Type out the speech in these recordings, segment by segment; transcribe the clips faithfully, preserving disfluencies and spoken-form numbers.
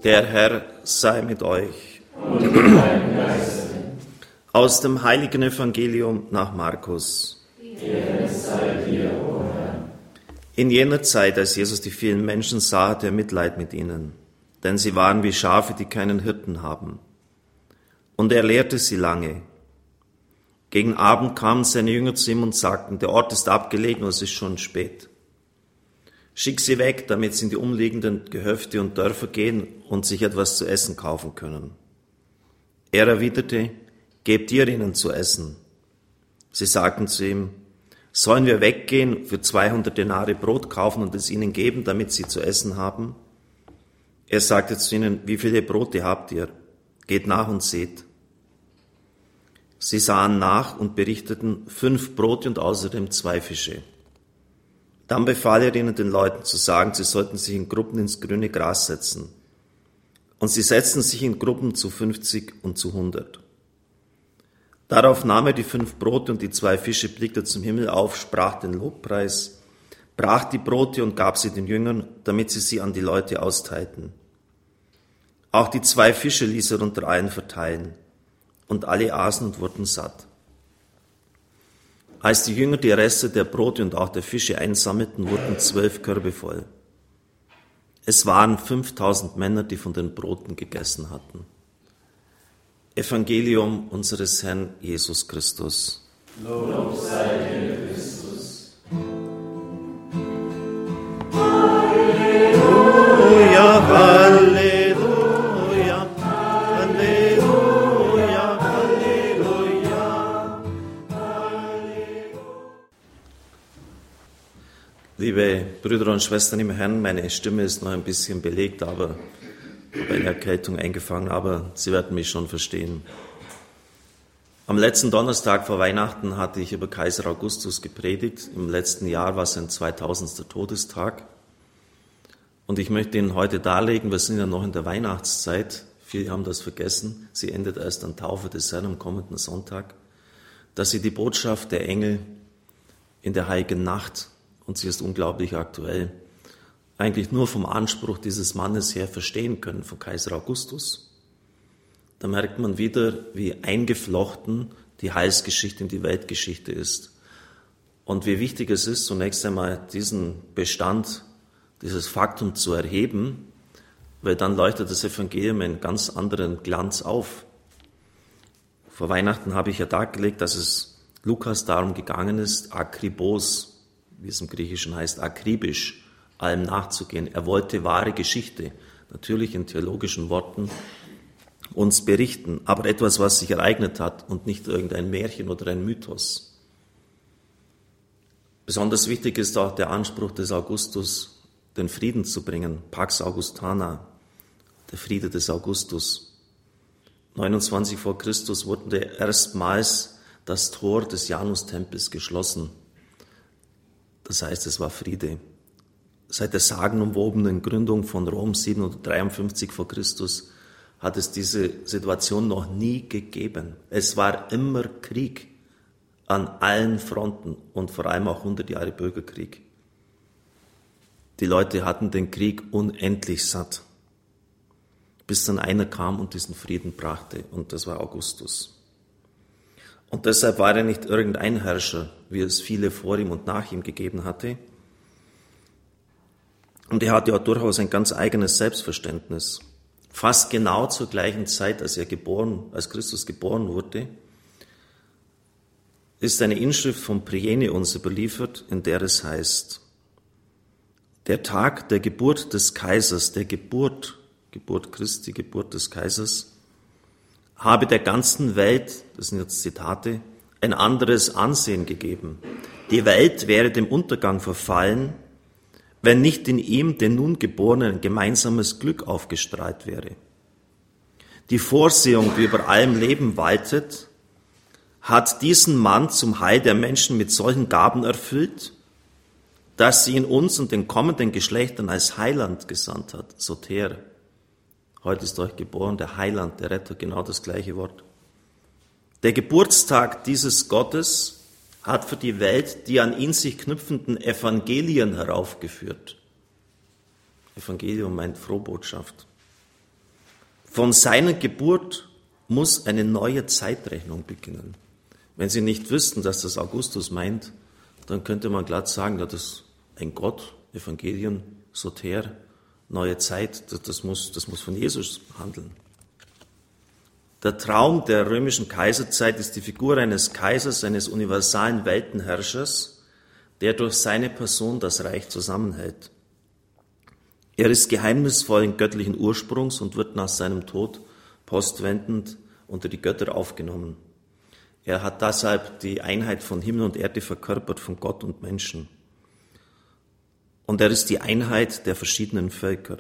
Der Herr sei mit euch. Und mit deinem Geiste. Aus dem heiligen Evangelium nach Markus. Ehre sei dir, o Herr. In jener Zeit, als Jesus die vielen Menschen sah, hatte er Mitleid mit ihnen, denn sie waren wie Schafe, die keinen Hirten haben. Und er lehrte sie lange. Gegen Abend kamen seine Jünger zu ihm und sagten, der Ort ist abgelegen und es ist schon spät. Schick sie weg, damit sie in die umliegenden Gehöfte und Dörfer gehen und sich etwas zu essen kaufen können. Er erwiderte, gebt ihr ihnen zu essen. Sie sagten zu ihm, sollen wir weggehen, für zweihundert Denare Brot kaufen und es ihnen geben, damit sie zu essen haben? Er sagte zu ihnen, wie viele Brote habt ihr? Geht nach und seht. Sie sahen nach und berichteten, fünf Brote und außerdem zwei Fische. Dann befahl er ihnen, den Leuten zu sagen, sie sollten sich in Gruppen ins grüne Gras setzen. Und sie setzten sich in Gruppen zu fünfzig und zu hundert. Darauf nahm er die fünf Brote und die zwei Fische, blickte zum Himmel auf, sprach den Lobpreis, brach die Brote und gab sie den Jüngern, damit sie sie an die Leute austeilten. Auch die zwei Fische ließ er unter allen verteilen. Und alle aßen und wurden satt. Als die Jünger die Reste der Brote und auch der Fische einsammelten, wurden zwölf Körbe voll. Es waren fünftausend Männer, die von den Broten gegessen hatten. Evangelium unseres Herrn Jesus Christus. Lob sei dir, Christus. Halleluja, Halleluja, Halleluja, Halleluja, Halleluja. Liebe Brüder und Schwestern im Herrn, meine Stimme ist noch ein bisschen belegt, aber bei einer Erkältung eingefangen, aber Sie werden mich schon verstehen. Am letzten Donnerstag vor Weihnachten hatte ich über Kaiser Augustus gepredigt. Im letzten Jahr war sein zweitausendster Todestag. Und ich möchte Ihnen heute darlegen, wir sind ja noch in der Weihnachtszeit, viele haben das vergessen, sie endet erst an Taufe des Herrn am kommenden Sonntag, dass Sie die Botschaft der Engel in der heiligen Nacht, und sie ist unglaublich aktuell, eigentlich nur vom Anspruch dieses Mannes her verstehen können, von Kaiser Augustus. Da merkt man wieder, wie eingeflochten die Heilsgeschichte in die Weltgeschichte ist. Und wie wichtig es ist, zunächst einmal diesen Bestand, dieses Faktum zu erheben, weil dann leuchtet das Evangelium einen ganz anderen Glanz auf. Vor Weihnachten habe ich ja dargelegt, dass es Lukas darum gegangen ist, akribos, wie es im Griechischen heißt, akribisch, allem nachzugehen. Er wollte wahre Geschichte, natürlich in theologischen Worten, uns berichten, aber etwas, was sich ereignet hat und nicht irgendein Märchen oder ein Mythos. Besonders wichtig ist auch der Anspruch des Augustus, den Frieden zu bringen, Pax Augustana, der Friede des Augustus. neunundzwanzig vor Christus wurde erstmals das Tor des Janustempels geschlossen. Das heißt, es war Friede. Seit der sagenumwobenen Gründung von Rom siebenhundertdreiundfünfzig vor Christus hat es diese Situation noch nie gegeben. Es war immer Krieg an allen Fronten und vor allem auch hundert Jahre Bürgerkrieg. Die Leute hatten den Krieg unendlich satt, bis dann einer kam und diesen Frieden brachte, und das war Augustus. Und deshalb war er nicht irgendein Herrscher, wie es viele vor ihm und nach ihm gegeben hatte. Und er hatte auch durchaus ein ganz eigenes Selbstverständnis. Fast genau zur gleichen Zeit, als er geboren, als Christus geboren wurde, ist eine Inschrift von Priene uns überliefert, in der es heißt: Der Tag der Geburt des Kaisers, der Geburt, Geburt Christi, Geburt des Kaisers, habe der ganzen Welt, das sind jetzt Zitate, ein anderes Ansehen gegeben. Die Welt wäre dem Untergang verfallen, wenn nicht in ihm, den nun Geborenen, ein gemeinsames Glück aufgestrahlt wäre. Die Vorsehung, die über allem Leben waltet, hat diesen Mann zum Heil der Menschen mit solchen Gaben erfüllt, dass sie in uns und den kommenden Geschlechtern als Heiland gesandt hat. Soter. Heute ist euch geboren der Heiland, der Retter, genau das gleiche Wort. Der Geburtstag dieses Gottes hat für die Welt die an ihn sich knüpfenden Evangelien heraufgeführt. Evangelium meint Frohbotschaft. Von seiner Geburt muss eine neue Zeitrechnung beginnen. Wenn Sie nicht wüssten, dass das Augustus meint, dann könnte man glatt sagen, ja, das ist ein Gott, Evangelien, Soter, neue Zeit, das, das, muss, das muss von Jesus handeln. Der Traum der römischen Kaiserzeit ist die Figur eines Kaisers, eines universalen Weltenherrschers, der durch seine Person das Reich zusammenhält. Er ist geheimnisvollen göttlichen Ursprungs und wird nach seinem Tod postwendend unter die Götter aufgenommen. Er hat deshalb die Einheit von Himmel und Erde verkörpert, von Gott und Menschen. Und er ist die Einheit der verschiedenen Völker.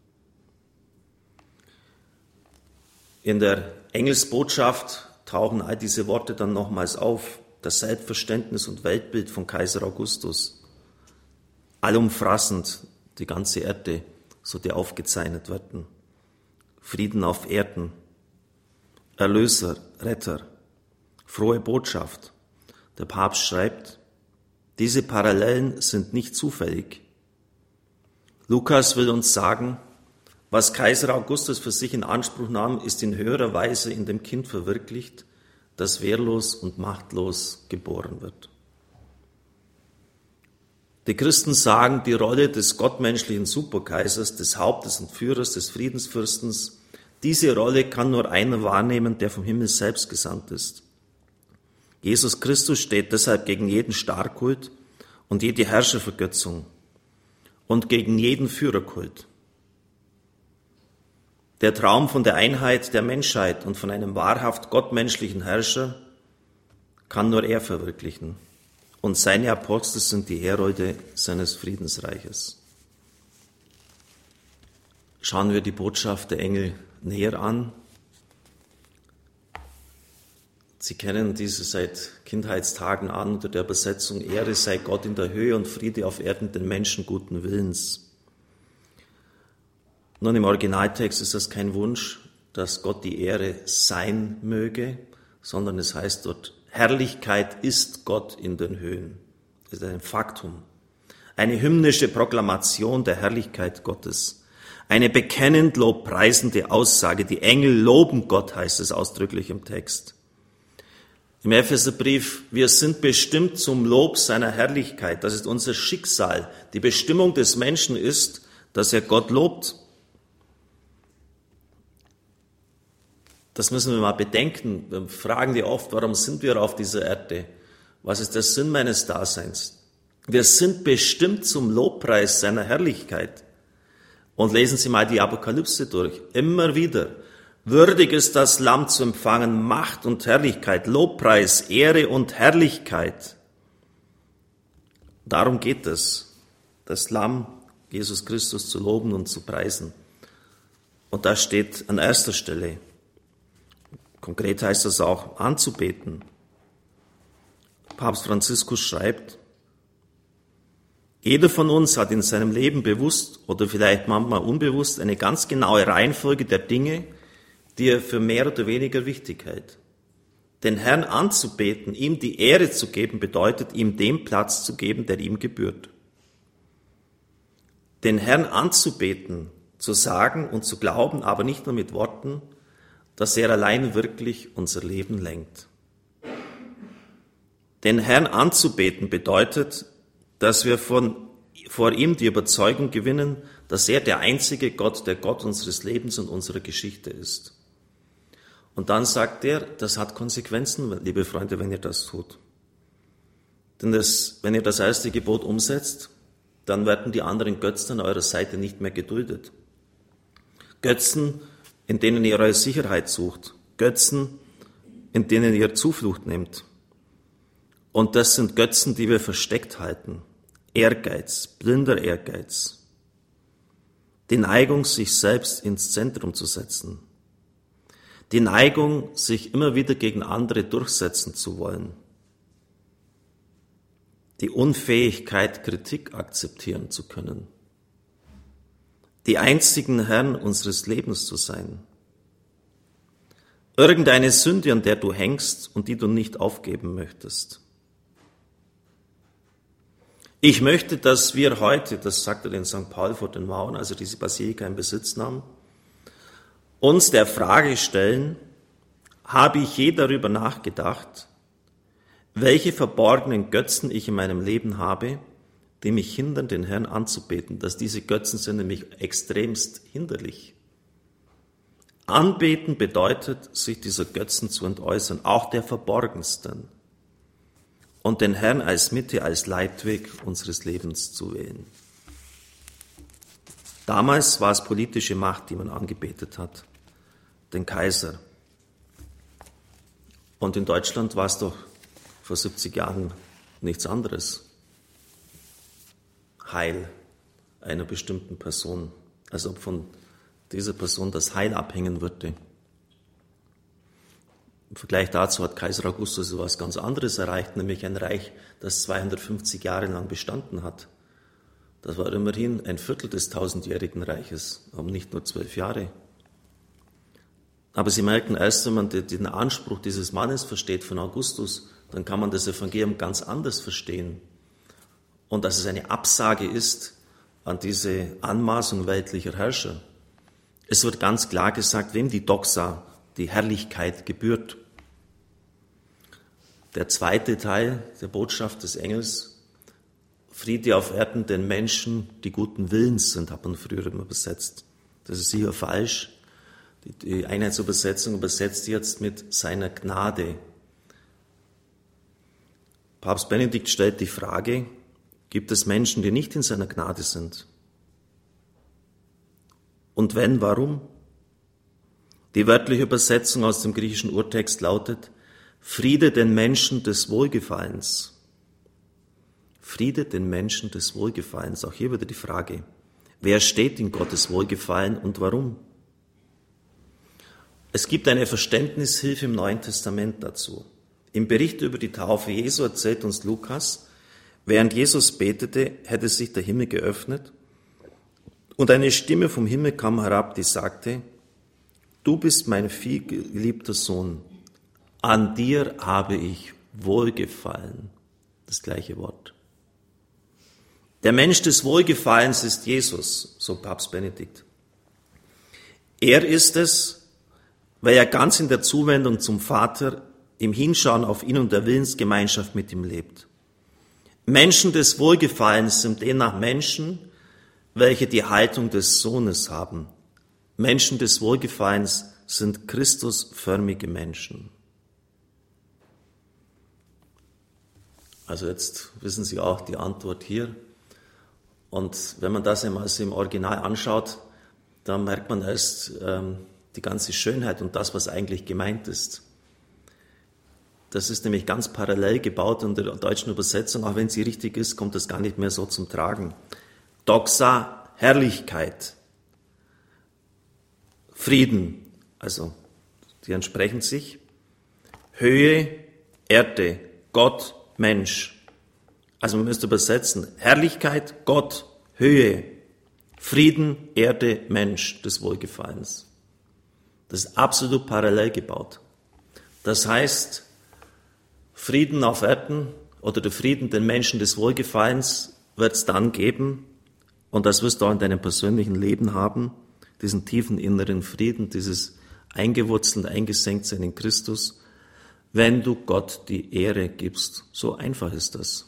In der Engelsbotschaft tauchen all diese Worte dann nochmals auf. Das Selbstverständnis und Weltbild von Kaiser Augustus. Allumfassend die ganze Erde, so die aufgezeichnet werden. Frieden auf Erden, Erlöser, Retter, frohe Botschaft. Der Papst schreibt, diese Parallelen sind nicht zufällig. Lukas will uns sagen, was Kaiser Augustus für sich in Anspruch nahm, ist in höherer Weise in dem Kind verwirklicht, das wehrlos und machtlos geboren wird. Die Christen sagen, die Rolle des gottmenschlichen Superkaisers, des Hauptes und Führers, des Friedensfürstens, diese Rolle kann nur einer wahrnehmen, der vom Himmel selbst gesandt ist. Jesus Christus steht deshalb gegen jeden Starrkult und jede Herrschervergötzung und gegen jeden Führerkult. Der Traum von der Einheit der Menschheit und von einem wahrhaft gottmenschlichen Herrscher kann nur er verwirklichen. Und seine Apostel sind die Herolde seines Friedensreiches. Schauen wir die Botschaft der Engel näher an. Sie kennen diese seit Kindheitstagen an unter der Übersetzung Ehre sei Gott in der Höhe und Friede auf Erden den Menschen guten Willens. Nun, im Originaltext ist das kein Wunsch, dass Gott die Ehre sein möge, sondern es heißt dort, Herrlichkeit ist Gott in den Höhen. Das ist ein Faktum. Eine hymnische Proklamation der Herrlichkeit Gottes. Eine bekennend lobpreisende Aussage. Die Engel loben Gott, heißt es ausdrücklich im Text. Im Epheserbrief, wir sind bestimmt zum Lob seiner Herrlichkeit. Das ist unser Schicksal. Die Bestimmung des Menschen ist, dass er Gott lobt. Das müssen wir mal bedenken. Wir fragen die oft, warum sind wir auf dieser Erde? Was ist der Sinn meines Daseins? Wir sind bestimmt zum Lobpreis seiner Herrlichkeit. Und lesen Sie mal die Apokalypse durch. Immer wieder. Würdig ist das Lamm zu empfangen, Macht und Herrlichkeit, Lobpreis, Ehre und Herrlichkeit. Darum geht es, das Lamm, Jesus Christus, zu loben und zu preisen. Und das steht an erster Stelle. Konkret heißt das auch, anzubeten. Papst Franziskus schreibt, jeder von uns hat in seinem Leben bewusst oder vielleicht manchmal unbewusst eine ganz genaue Reihenfolge der Dinge, die er für mehr oder weniger wichtig hält. Den Herrn anzubeten, ihm die Ehre zu geben, bedeutet, ihm den Platz zu geben, der ihm gebührt. Den Herrn anzubeten, zu sagen und zu glauben, aber nicht nur mit Worten, dass er allein wirklich unser Leben lenkt. Den Herrn anzubeten bedeutet, dass wir von, vor ihm die Überzeugung gewinnen, dass er der einzige Gott, der Gott unseres Lebens und unserer Geschichte ist. Und dann sagt er, das hat Konsequenzen, liebe Freunde, wenn ihr das tut. Denn das, wenn ihr das erste Gebot umsetzt, dann werden die anderen Götzen an eurer Seite nicht mehr geduldet. Götzen, in denen ihr eure Sicherheit sucht. Götzen, in denen ihr Zuflucht nehmt. Und das sind Götzen, die wir versteckt halten. Ehrgeiz, blinder Ehrgeiz. Die Neigung, sich selbst ins Zentrum zu setzen. Die Neigung, sich immer wieder gegen andere durchsetzen zu wollen. Die Unfähigkeit, Kritik akzeptieren zu können. Die einzigen Herren unseres Lebens zu sein. Irgendeine Sünde, an der du hängst und die du nicht aufgeben möchtest. Ich möchte, dass wir heute, das sagte den Sankt Paul vor den Mauern, als er diese Basilika in Besitz nahm, uns der Frage stellen, habe ich je darüber nachgedacht, welche verborgenen Götzen ich in meinem Leben habe, die mich hindern, den Herrn anzubeten. Dass diese Götzen sind nämlich extremst hinderlich. Anbeten bedeutet, sich dieser Götzen zu entäußern, auch der verborgensten, und den Herrn als Mitte, als Leitweg unseres Lebens zu wählen. Damals war es politische Macht, die man angebetet hat, den Kaiser. Und in Deutschland war es doch vor siebzig Jahren nichts anderes. Heil einer bestimmten Person, als ob von dieser Person das Heil abhängen würde. Im Vergleich dazu hat Kaiser Augustus etwas ganz anderes erreicht, nämlich ein Reich, das zweihundertfünfzig Jahre lang bestanden hat. Das war immerhin ein Viertel des tausendjährigen Reiches, aber nicht nur zwölf Jahre. Aber Sie merken erst, wenn man den Anspruch dieses Mannes versteht, von Augustus, dann kann man das Evangelium ganz anders verstehen. Und dass es eine Absage ist an diese Anmaßung weltlicher Herrscher. Es wird ganz klar gesagt, wem die Doxa, die Herrlichkeit, gebührt. Der zweite Teil der Botschaft des Engels, Friede auf Erden den Menschen, die guten Willens sind, hat man früher immer übersetzt. Das ist sicher falsch. Die Einheitsübersetzung übersetzt jetzt mit seiner Gnade. Papst Benedikt stellt die Frage, gibt es Menschen, die nicht in seiner Gnade sind? Und wenn, warum? Die wörtliche Übersetzung aus dem griechischen Urtext lautet, Friede den Menschen des Wohlgefallens. Friede den Menschen des Wohlgefallens. Auch hier wieder die Frage, wer steht in Gottes Wohlgefallen und warum? Es gibt eine Verständnishilfe im Neuen Testament dazu. Im Bericht über die Taufe Jesu erzählt uns Lukas, während Jesus betete, hätte sich der Himmel geöffnet und eine Stimme vom Himmel kam herab, die sagte, du bist mein vielgeliebter Sohn, an dir habe ich Wohlgefallen. Das gleiche Wort. Der Mensch des Wohlgefallens ist Jesus, so Papst Benedikt. Er ist es, weil er ganz in der Zuwendung zum Vater, im Hinschauen auf ihn und der Willensgemeinschaft mit ihm lebt. Menschen des Wohlgefallens sind demnach Menschen, welche die Haltung des Sohnes haben. Menschen des Wohlgefallens sind Christusförmige Menschen. Also jetzt wissen Sie auch die Antwort hier. Und wenn man das einmal so im Original anschaut, dann merkt man erst ähm, die ganze Schönheit und das, was eigentlich gemeint ist. Das ist nämlich ganz parallel gebaut in der deutschen Übersetzung. Auch wenn sie richtig ist, kommt das gar nicht mehr so zum Tragen. Doxa, Herrlichkeit. Frieden, also die entsprechen sich. Höhe, Erde, Gott, Mensch. Also man müsste übersetzen, Herrlichkeit, Gott, Höhe, Frieden, Erde, Mensch des Wohlgefallens. Das ist absolut parallel gebaut. Das heißt, Frieden auf Erden oder der Frieden den Menschen des Wohlgefallens wird es dann geben, und das wirst du auch in deinem persönlichen Leben haben, diesen tiefen inneren Frieden, dieses eingewurzelt, eingesenkt sein in Christus, wenn du Gott die Ehre gibst. So einfach ist das.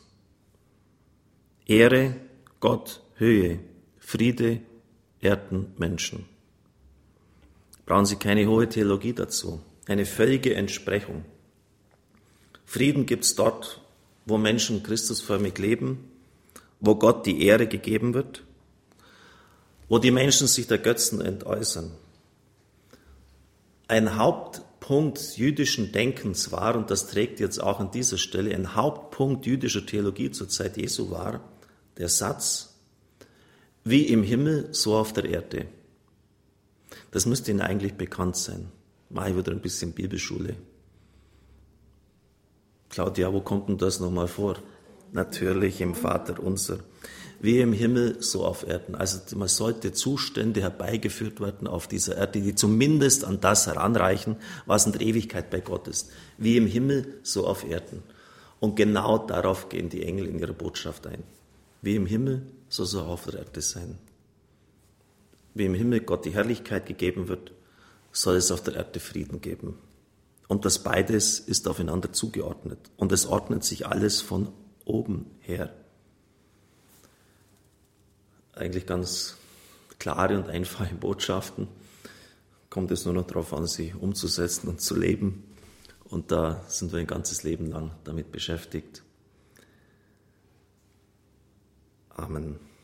Ehre, Gott, Höhe, Friede, Erden, Menschen. Brauchen Sie keine hohe Theologie dazu. Eine völlige Entsprechung. Frieden gibt's dort, wo Menschen Christusförmig leben, wo Gott die Ehre gegeben wird, wo die Menschen sich der Götzen entäußern. Ein Hauptpunkt jüdischen Denkens war, und das trägt jetzt auch an dieser Stelle, ein Hauptpunkt jüdischer Theologie zur Zeit Jesu war, der Satz, wie im Himmel, so auf der Erde. Das müsste Ihnen eigentlich bekannt sein. Mache ich wieder ein bisschen Bibelschule. Claudia, wo kommt denn das nochmal vor? Natürlich im Vater unser. Wie im Himmel, so auf Erden. Also man sollte Zustände herbeigeführt werden auf dieser Erde, die zumindest an das heranreichen, was in der Ewigkeit bei Gott ist. Wie im Himmel, so auf Erden. Und genau darauf gehen die Engel in ihrer Botschaft ein. Wie im Himmel, so soll auf der Erde sein. Wie im Himmel Gott die Herrlichkeit gegeben wird, soll es auf der Erde Frieden geben. Und das beides ist aufeinander zugeordnet. Und es ordnet sich alles von oben her. Eigentlich ganz klare und einfache Botschaften. Kommt es nur noch darauf an, sie umzusetzen und zu leben. Und da sind wir ein ganzes Leben lang damit beschäftigt. Amen.